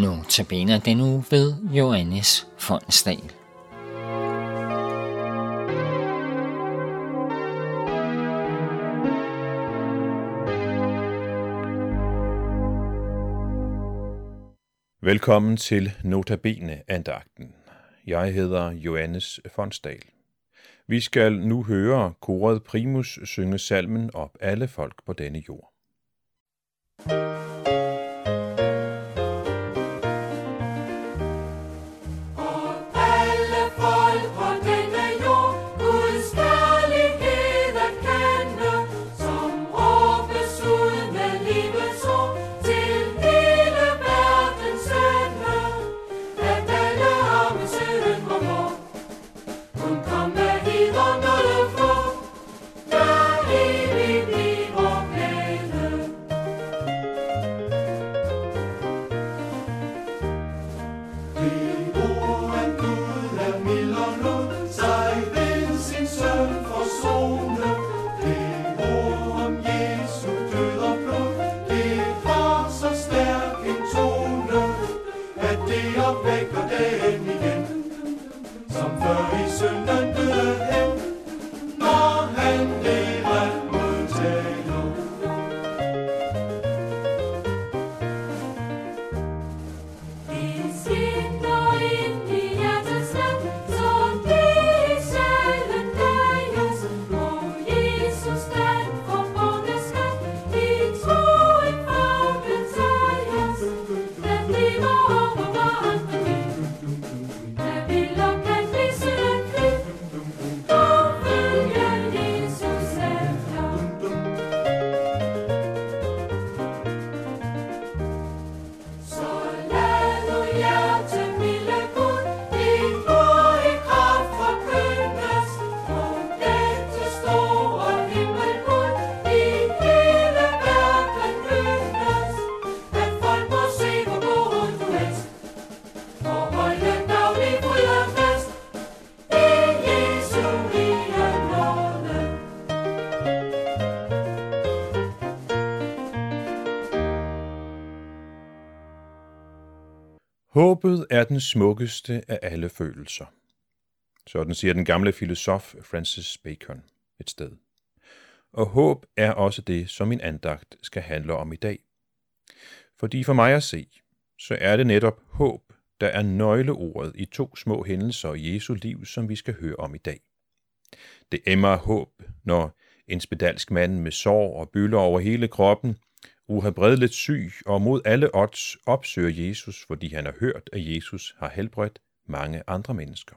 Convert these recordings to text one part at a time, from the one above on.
Notabene den uge ved Johannes Fonsdal. Velkommen til Notabene-andagten. Jeg hedder Johannes Fonsdal. Vi skal nu høre koret Primus synge salmen op alle folk på denne jord. Håbet er den smukkeste af alle følelser. Sådan siger den gamle filosof Francis Bacon et sted. Og håb er også det, som min andagt skal handle om i dag. Fordi for mig at se, så er det netop håb, der er nøgleordet i to små hændelser i Jesu liv, som vi skal høre om i dag. Det emmer af håb, når en spedalsk mand med sår og bylder over hele kroppen, uhelbredeligt syg og mod alle odds opsøger Jesus, fordi han har hørt, at Jesus har helbredt mange andre mennesker.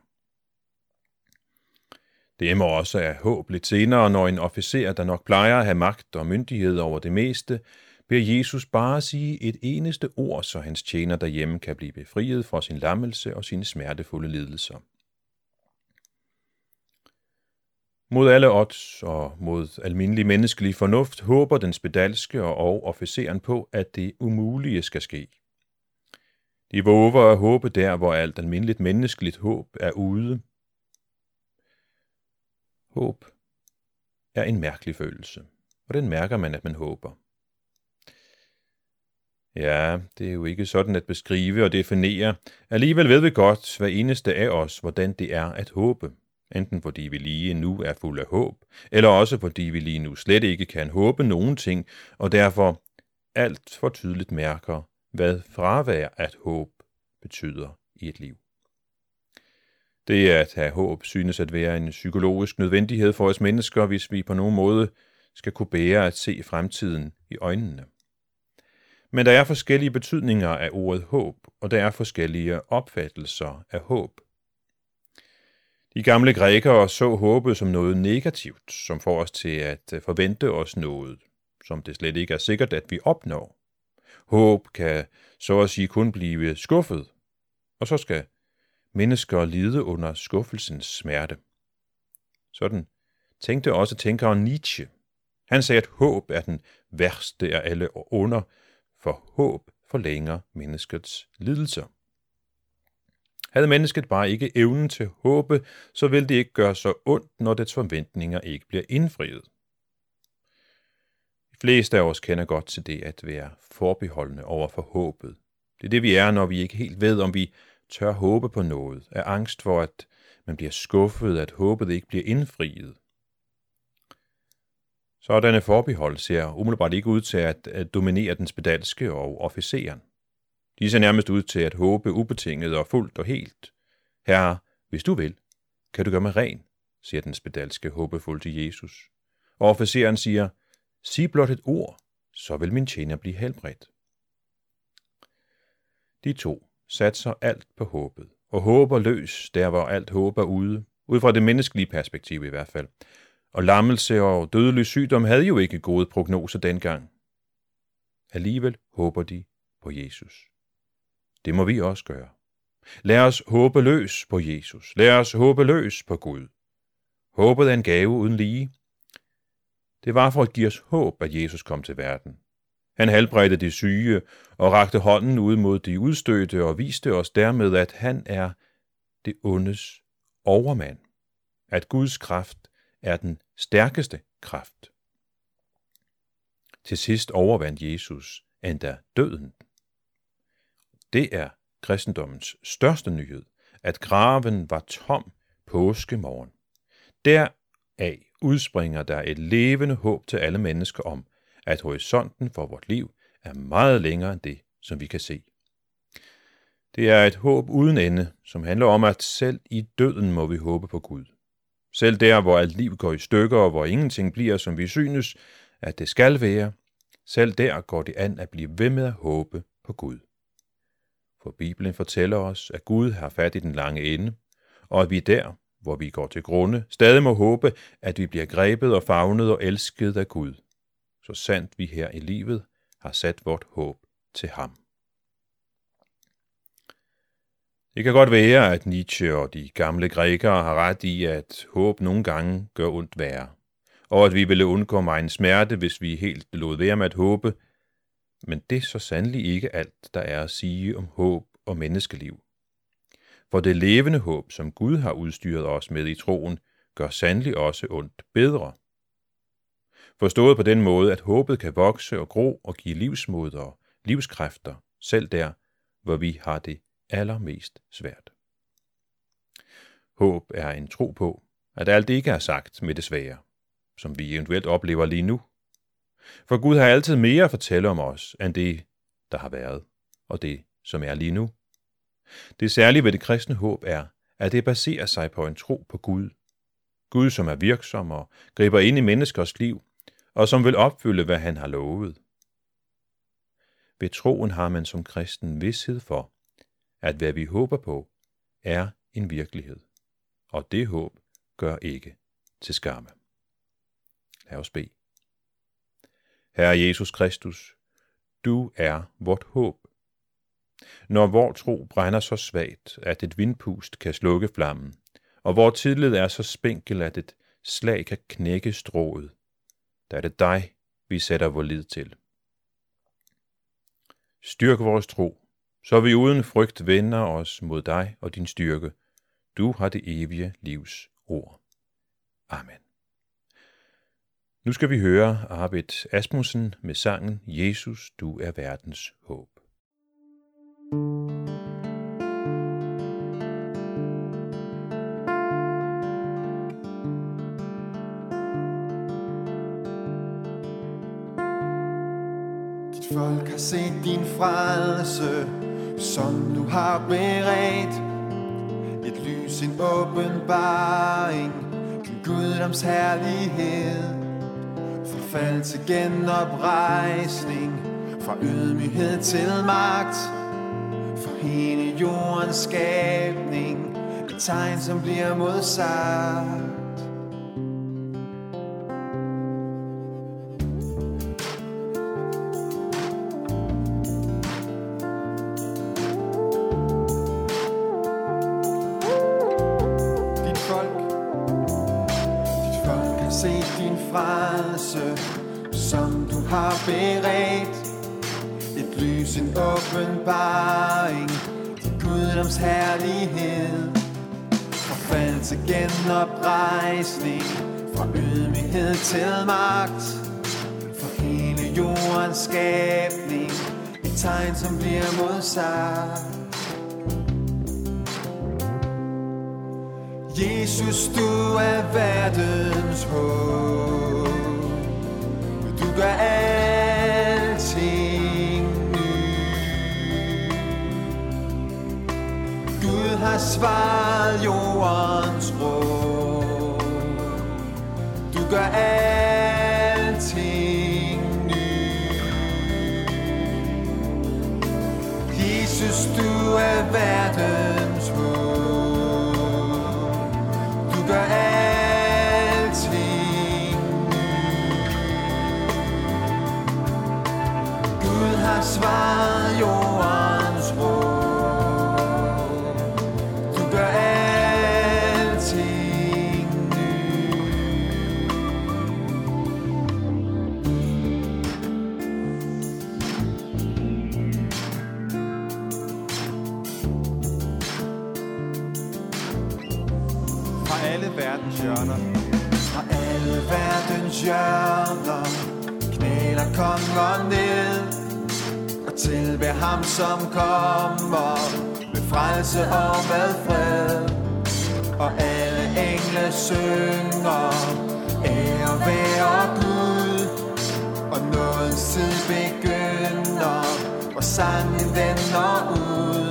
Det emmer også af håb lidt senere, når en officer, der nok plejer at have magt og myndighed over det meste, beder Jesus bare sige et eneste ord, så hans tjener derhjemme kan blive befriet fra sin lammelse og sine smertefulde lidelser. Mod alle odds og mod almindelig menneskelig fornuft håber den spedalske og officeren på, at det umulige skal ske. De våger at håbe der, hvor alt almindeligt menneskeligt håb er ude. Håb er en mærkelig følelse. Hvordan mærker man, at man håber? Ja, det er jo ikke sådan at beskrive og definere. Alligevel ved vi godt, hver eneste af os, hvordan det er at håbe. Enten fordi vi lige nu er fuld af håb, eller også fordi vi lige nu slet ikke kan håbe nogen ting, og derfor alt for tydeligt mærker, hvad fravær af håb betyder i et liv. Det at have håb synes at være en psykologisk nødvendighed for os mennesker, hvis vi på nogen måde skal kunne bære at se fremtiden i øjnene. Men der er forskellige betydninger af ordet håb, og der er forskellige opfattelser af håb. De gamle grækere så håbet som noget negativt, som får os til at forvente os noget, som det slet ikke er sikkert, at vi opnår. Håb kan så at sige kun blive skuffet, og så skal mennesker lide under skuffelsens smerte. Sådan tænkte også tænkeren Nietzsche. Han sagde, at håb er den værste af alle onder, for håb forlænger menneskets lidelser. Havde mennesket bare ikke evnen til håbe, så ville det ikke gøre så ondt, når dets forventninger ikke bliver indfriet. De fleste af os kender godt til det at være forbeholdende over for håbet. Det er det, vi er, når vi ikke helt ved, om vi tør håbe på noget, af angst for, at man bliver skuffet, at håbet ikke bliver indfriet. Sådanne forbehold ser umiddelbart ikke ud til at dominere den spedalske og officeren. De ser nærmest ud til at håbe ubetinget og fuldt og helt. Herre, hvis du vil, kan du gøre mig ren, siger den spedalske håbefuldt til Jesus. Og officeren siger, sig blot et ord, så vil min tjener blive helbredt. De to satser alt på håbet, og håber løs der, hvor alt håb er ude, ud fra det menneskelige perspektiv i hvert fald. Og lammelse og dødelig sygdom havde jo ikke gode prognoser dengang. Alligevel håber de på Jesus. Det må vi også gøre. Lad os håbe løs på Jesus. Lad os håbe løs på Gud. Håbet er en gave uden lige. Det var for at give os håb, at Jesus kom til verden. Han helbredte de syge og rakte hånden ud mod de udstødte og viste os dermed, at han er det ondes overmand. At Guds kraft er den stærkeste kraft. Til sidst overvandt Jesus endda døden. Det er kristendommens største nyhed, at graven var tom påskemorgen. Deraf udspringer der et levende håb til alle mennesker om, at horisonten for vort liv er meget længere end det, som vi kan se. Det er et håb uden ende, som handler om, at selv i døden må vi håbe på Gud. Selv der, hvor alt liv går i stykker, og hvor ingenting bliver, som vi synes, at det skal være, selv der går det an at blive ved med at håbe på Gud. For Bibelen fortæller os, at Gud har fat i den lange ende, og at vi der, hvor vi går til grunde, stadig må håbe, at vi bliver grebet og favnet og elsket af Gud, så sandt vi her i livet har sat vort håb til ham. Det kan godt være, at Nietzsche og de gamle grækere har ret i, at håb nogle gange gør ondt værre, og at vi ville undgå megen smerte, hvis vi helt lod være med at håbe, men det er så sandelig ikke alt, der er at sige om håb og menneskeliv. For det levende håb, som Gud har udstyret os med i troen, gør sandelig også ondt bedre. Forstået på den måde, at håbet kan vokse og gro og give livsmod og livskræfter, selv der, hvor vi har det allermest svært. Håb er en tro på, at alt ikke er sagt med det svære, som vi eventuelt oplever lige nu. For Gud har altid mere at fortælle om os, end det, der har været, og det, som er lige nu. Det særlige ved det kristne håb er, at det baserer sig på en tro på Gud. Gud, som er virksom og griber ind i menneskers liv, og som vil opfylde, hvad han har lovet. Ved troen har man som kristen vished for, at hvad vi håber på, er en virkelighed, og det håb gør ikke til skamme. Lad os bede. Herre Jesus Kristus, du er vort håb. Når vor tro brænder så svagt, at et vindpust kan slukke flammen, og vor tillid er så spinkel, at et slag kan knække strået, der er det dig, vi sætter vor lid til. Styrk vores tro, så vi uden frygt vender os mod dig og din styrke. Du har det evige livs ord. Amen. Nu skal vi høre Arvid Asmussen med sangen Jesus, du er verdens håb. Dit folk har set din frelse, som du har beredt. Et lys, en åbenbaring, din guddoms herlighed. Forfald til genoprejsning, fra ydmyghed til magt. For hele jordens skabning, et tegn som bliver modsagt. Se din frelse, som du har beredt. Et lys, en åbenbaring, din guddoms herlighed. Forfald til genoprejsning, fra ydmyghed til magt. For hele jordens skabning, et tegn, som bliver modsagt. Jesus, du er verdens håb. Du gør alting nyt. Gud har svaret jordens råd. Du gør alting nyt. Jesus, du er verdens håb. Du gør alting nyt. Gud har svaret jordens råd. Du gør alting nyt. Fra alle verdens hjørner, fra alle verdens hjørner, knæler konger ned og tilbær ham, som kommer med frelse og med fred. Og alle engle synger, ære være Gud, og nådens tid begynder, og sangen den når ud.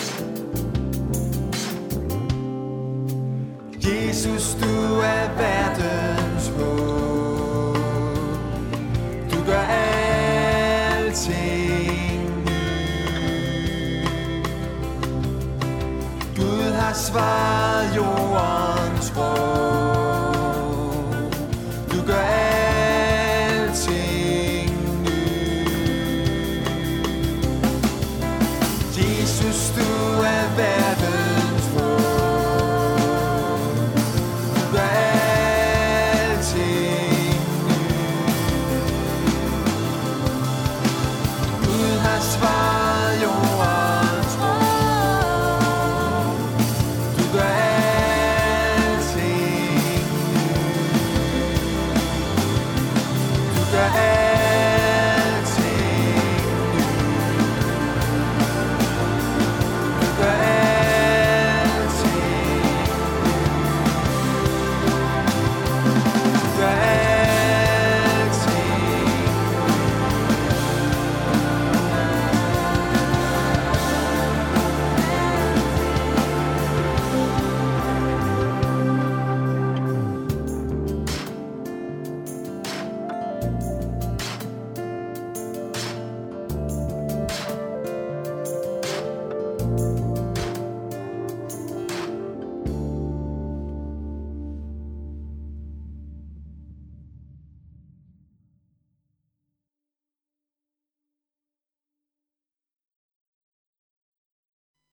Jesus, du er verdens håb. Du gør alting nyt. Gud har svaret jordens råd.